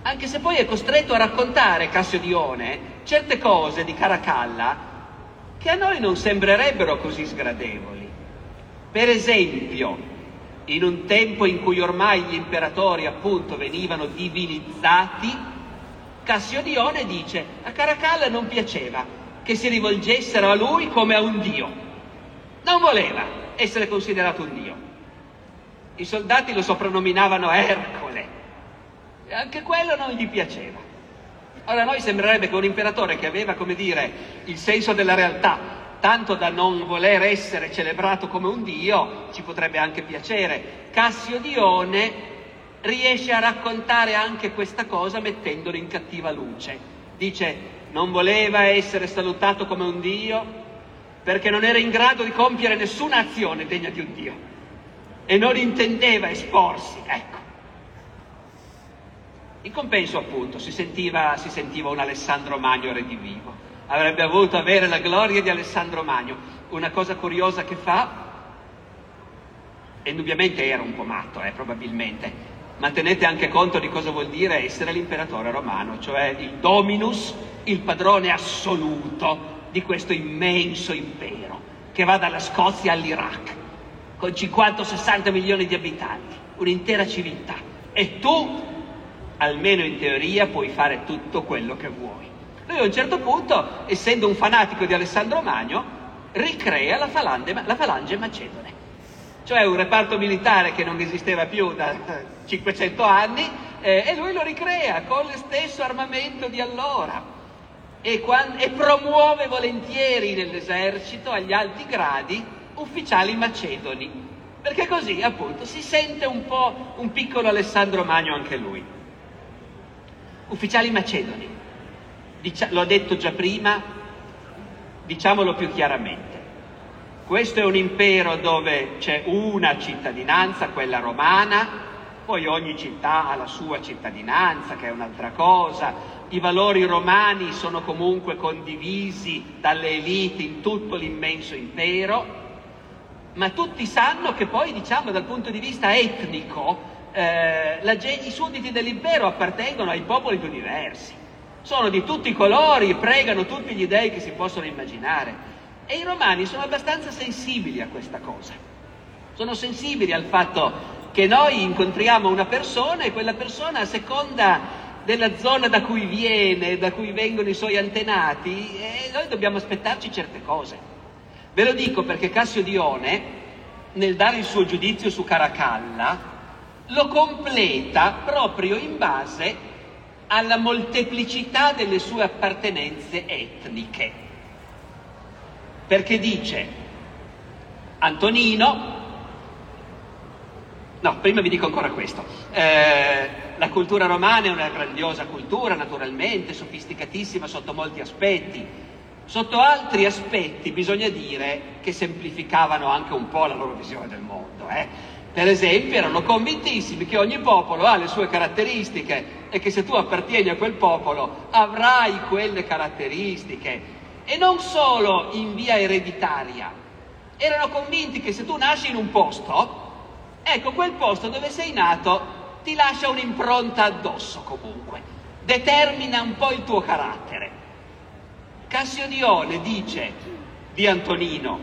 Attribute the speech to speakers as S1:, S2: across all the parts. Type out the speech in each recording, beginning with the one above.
S1: anche se poi è costretto a raccontare, Cassio Dione, certe cose di Caracalla che a noi non sembrerebbero così sgradevoli. Per esempio, in un tempo in cui ormai gli imperatori appunto venivano divinizzati, Cassio Dione dice: a Caracalla non piaceva che si rivolgessero a lui come a un dio, non voleva essere considerato un dio. I soldati lo soprannominavano Ercole e anche quello non gli piaceva. Ora, a noi sembrerebbe che un imperatore che aveva, come dire, il senso della realtà, tanto da non voler essere celebrato come un dio, ci potrebbe anche piacere. Cassio Dione riesce a raccontare anche questa cosa mettendolo in cattiva luce. Dice: non voleva essere salutato come un dio perché non era in grado di compiere nessuna azione degna di un dio e non intendeva esporsi, ecco. In compenso, appunto, si sentiva un Alessandro Magno redivivo. Avrebbe voluto avere la gloria di Alessandro Magno. Una cosa curiosa che fa, e indubbiamente era un po' matto, probabilmente, ma tenete anche conto di cosa vuol dire essere l'imperatore romano, cioè il dominus, il padrone assoluto di questo immenso impero, che va dalla Scozia all'Iraq, con 50-60 milioni di abitanti, un'intera civiltà. E tu, almeno in teoria, puoi fare tutto quello che vuoi. Lui a un certo punto, essendo un fanatico di Alessandro Magno, ricrea la falange macedone, cioè un reparto militare che non esisteva più da 500 anni, e lui lo ricrea con lo stesso armamento di allora e promuove volentieri nell'esercito agli alti gradi ufficiali macedoni, perché così appunto si sente un po' un piccolo Alessandro Magno anche lui. Ufficiali macedoni, l'ho detto già prima, diciamolo più chiaramente. Questo è un impero dove c'è una cittadinanza, quella romana, poi ogni città ha la sua cittadinanza, che è un'altra cosa. I valori romani sono comunque condivisi dalle elite in tutto l'immenso impero, ma tutti sanno che poi, diciamo, dal punto di vista etnico, i sudditi dell'impero appartengono ai popoli più diversi. Sono di tutti i colori, pregano tutti gli dei che si possono immaginare. E i romani sono abbastanza sensibili a questa cosa. Sono sensibili al fatto che noi incontriamo una persona e quella persona, a seconda della zona da cui viene, da cui vengono i suoi antenati, noi dobbiamo aspettarci certe cose. Ve lo dico perché Cassio Dione, nel dare il suo giudizio su Caracalla, lo completa proprio in base alla molteplicità delle sue appartenenze etniche. Perché dice: Antonino, no, prima vi dico ancora questo, la cultura romana è una grandiosa cultura, naturalmente, sofisticatissima sotto molti aspetti. Sotto altri aspetti bisogna dire che semplificavano anche un po' la loro visione del mondo. Per esempio, erano convintissimi che ogni popolo ha le sue caratteristiche e che se tu appartieni a quel popolo avrai quelle caratteristiche. E non solo in via ereditaria, erano convinti che se tu nasci in un posto, ecco, quel posto dove sei nato ti lascia un'impronta addosso comunque, determina un po' il tuo carattere. Cassio Dione dice di Antonino: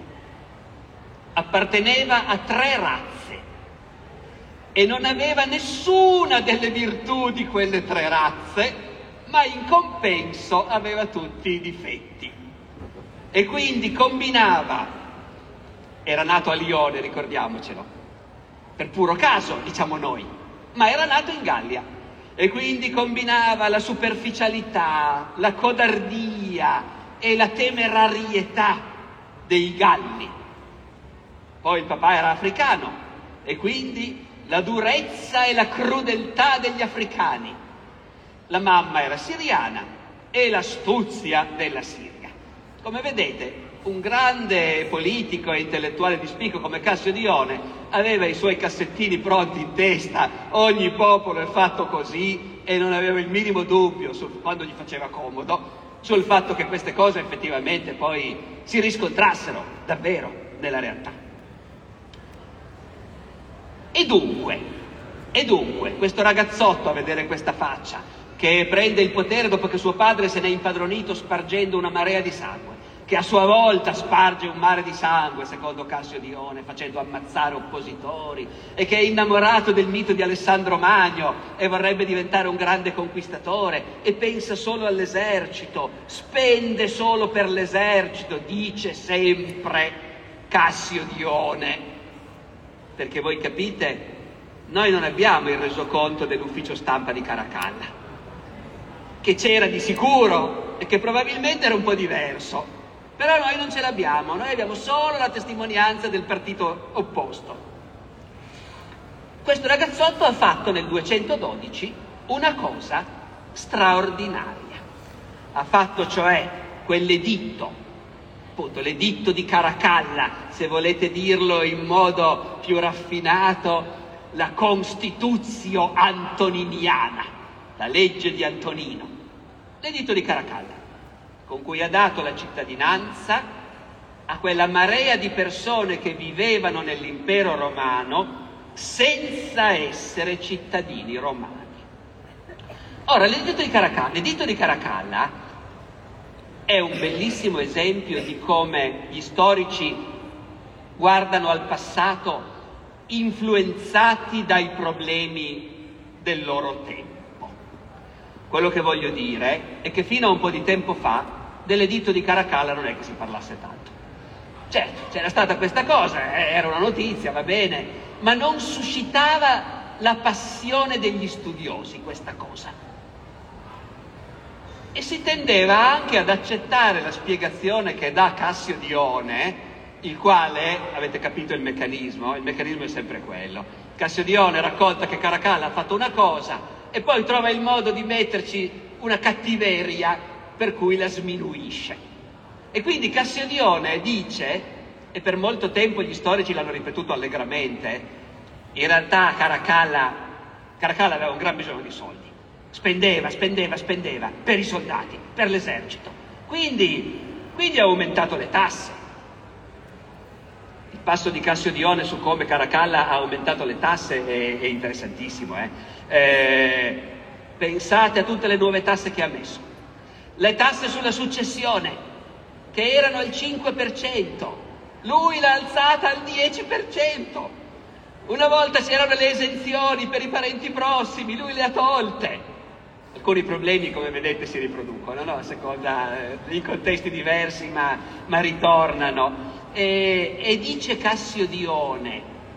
S1: apparteneva a 3 razze e non aveva nessuna delle virtù di quelle 3 razze, ma in compenso aveva tutti i difetti. E quindi combinava, era nato a Lione, ricordiamocelo, per puro caso, diciamo noi, ma era nato in Gallia, e quindi combinava la superficialità, la codardia e la temerarietà dei Galli. Poi il papà era africano, e quindi la durezza e la crudeltà degli africani. La mamma era siriana e l'astuzia della Siria. Come vedete, un grande politico e intellettuale di spicco come Cassio Dione aveva i suoi cassettini pronti in testa, ogni popolo è fatto così, e non aveva il minimo dubbio, quando gli faceva comodo, sul fatto che queste cose effettivamente poi si riscontrassero davvero nella realtà. E dunque, E dunque, questo ragazzotto, a vedere questa faccia, che prende il potere dopo che suo padre se n'è impadronito spargendo una marea di sangue, che a sua volta sparge un mare di sangue, secondo Cassio Dione, facendo ammazzare oppositori, e che è innamorato del mito di Alessandro Magno e vorrebbe diventare un grande conquistatore, e pensa solo all'esercito, spende solo per l'esercito, dice sempre Cassio Dione. Perché voi capite, noi non abbiamo il resoconto dell'ufficio stampa di Caracalla, che c'era di sicuro e che probabilmente era un po' diverso, però noi non ce l'abbiamo, noi abbiamo solo la testimonianza del partito opposto. Questo ragazzotto ha fatto nel 212 una cosa straordinaria, ha fatto cioè quell'editto, appunto l'editto di Caracalla, se volete dirlo in modo più raffinato, la Constitutio Antoniniana, la legge di Antonino, l'editto di Caracalla, con cui ha dato la cittadinanza a quella marea di persone che vivevano nell'impero romano senza essere cittadini romani. Ora, l'editto di Caracalla è un bellissimo esempio di come gli storici guardano al passato influenzati dai problemi del loro tempo. Quello che voglio dire è che fino a un po' di tempo fa dell'editto di Caracalla non è che si parlasse tanto. Certo, c'era stata questa cosa, era una notizia, va bene, ma non suscitava la passione degli studiosi questa cosa. E si tendeva anche ad accettare la spiegazione che dà Cassio Dione, il quale, avete capito il meccanismo è sempre quello. Cassio Dione racconta che Caracalla ha fatto una cosa e poi trova il modo di metterci una cattiveria per cui la sminuisce. E quindi Cassio Dione dice, e per molto tempo gli storici l'hanno ripetuto allegramente, in realtà Caracalla aveva un gran bisogno di soldi, spendeva per i soldati, per l'esercito, quindi ha aumentato le tasse. Il passo di Cassio Dione su come Caracalla ha aumentato le tasse è interessantissimo. Pensate a tutte le nuove tasse che ha messo. Le tasse sulla successione, che erano al 5%, lui l'ha alzata al 10%. Una volta c'erano le esenzioni per i parenti prossimi, lui le ha tolte. Alcuni problemi, come vedete, si riproducono, no? A seconda, in contesti diversi, ma ritornano. E dice Cassio Dione,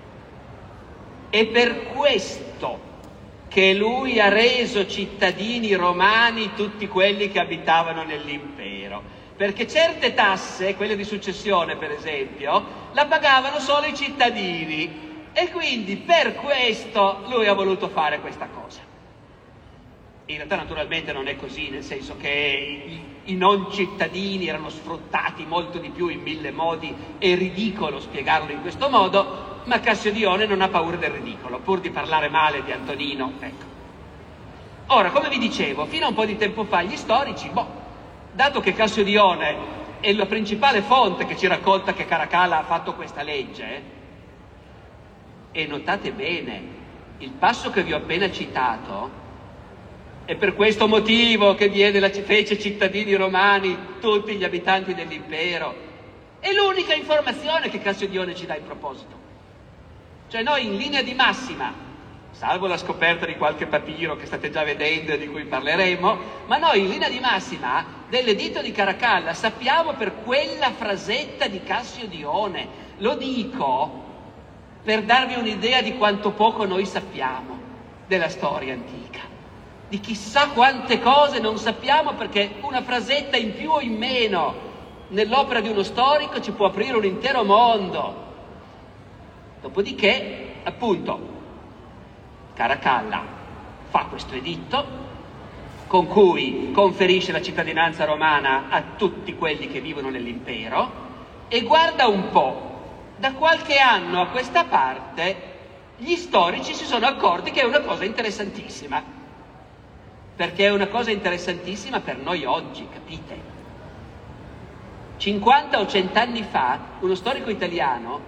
S1: è per questo che lui ha reso cittadini romani tutti quelli che abitavano nell'impero, perché certe tasse, quelle di successione per esempio, la pagavano solo i cittadini, e quindi per questo lui ha voluto fare questa cosa. In realtà naturalmente non è così, nel senso che i non cittadini erano sfruttati molto di più in mille modi, è ridicolo spiegarlo in questo modo, ma Cassio Dione non ha paura del ridicolo, pur di parlare male di Antonino, ecco. Ora, come vi dicevo, fino a un po' di tempo fa gli storici, dato che Cassio Dione è la principale fonte che ci racconta che Caracalla ha fatto questa legge, e notate bene, il passo che vi ho appena citato è per questo motivo che fece cittadini romani tutti gli abitanti dell'impero. È l'unica informazione che Cassio Dione ci dà in proposito. Cioè noi in linea di massima, salvo la scoperta di qualche papiro che state già vedendo e di cui parleremo, ma noi in linea di massima dell'editto di Caracalla sappiamo per quella frasetta di Cassio Dione. Lo dico per darvi un'idea di quanto poco noi sappiamo della storia antica. Di chissà quante cose non sappiamo, perché una frasetta in più o in meno nell'opera di uno storico ci può aprire un intero mondo. Dopodiché, appunto, Caracalla fa questo editto con cui conferisce la cittadinanza romana a tutti quelli che vivono nell'impero, e guarda un po', da qualche anno a questa parte gli storici si sono accorti che è una cosa interessantissima. Perché è una cosa interessantissima per noi oggi, capite? 50 o 100 anni fa uno storico italiano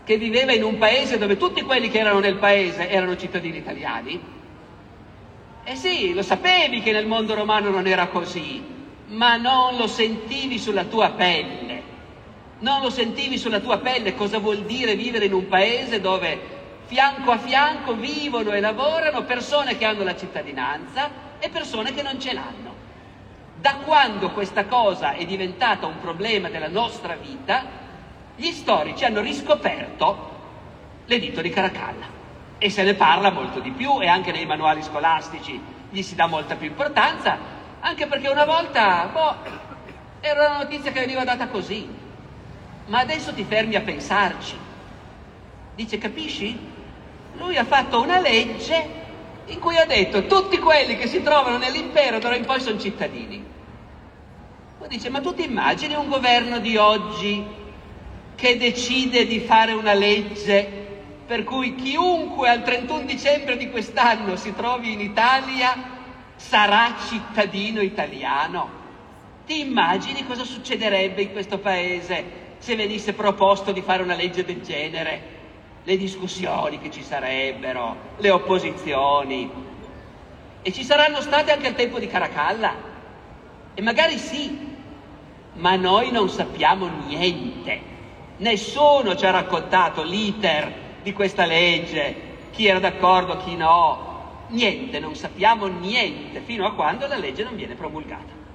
S1: che viveva in un paese dove tutti quelli che erano nel paese erano cittadini italiani? Sì, lo sapevi che nel mondo romano non era così, ma non lo sentivi sulla tua pelle. Non lo sentivi sulla tua pelle cosa vuol dire vivere in un paese dove fianco a fianco vivono e lavorano persone che hanno la cittadinanza e persone che non ce l'hanno. Da quando questa cosa è diventata un problema della nostra vita, gli storici hanno riscoperto l'editto di Caracalla e se ne parla molto di più e anche nei manuali scolastici gli si dà molta più importanza, anche perché una volta, era una notizia che veniva data così, ma adesso ti fermi a pensarci. Dice, capisci? Lui ha fatto una legge in cui ha detto tutti quelli che si trovano nell'impero d'ora in poi sono cittadini. Poi dice, ma tu ti immagini un governo di oggi che decide di fare una legge per cui chiunque al 31 dicembre di quest'anno si trovi in Italia sarà cittadino italiano? Ti immagini cosa succederebbe in questo paese se venisse proposto di fare una legge del genere? Le discussioni che ci sarebbero, le opposizioni. E ci saranno state anche al tempo di Caracalla. E magari sì, ma noi non sappiamo niente. Nessuno ci ha raccontato l'iter di questa legge, chi era d'accordo, chi no. Niente, non sappiamo niente, fino a quando la legge non viene promulgata.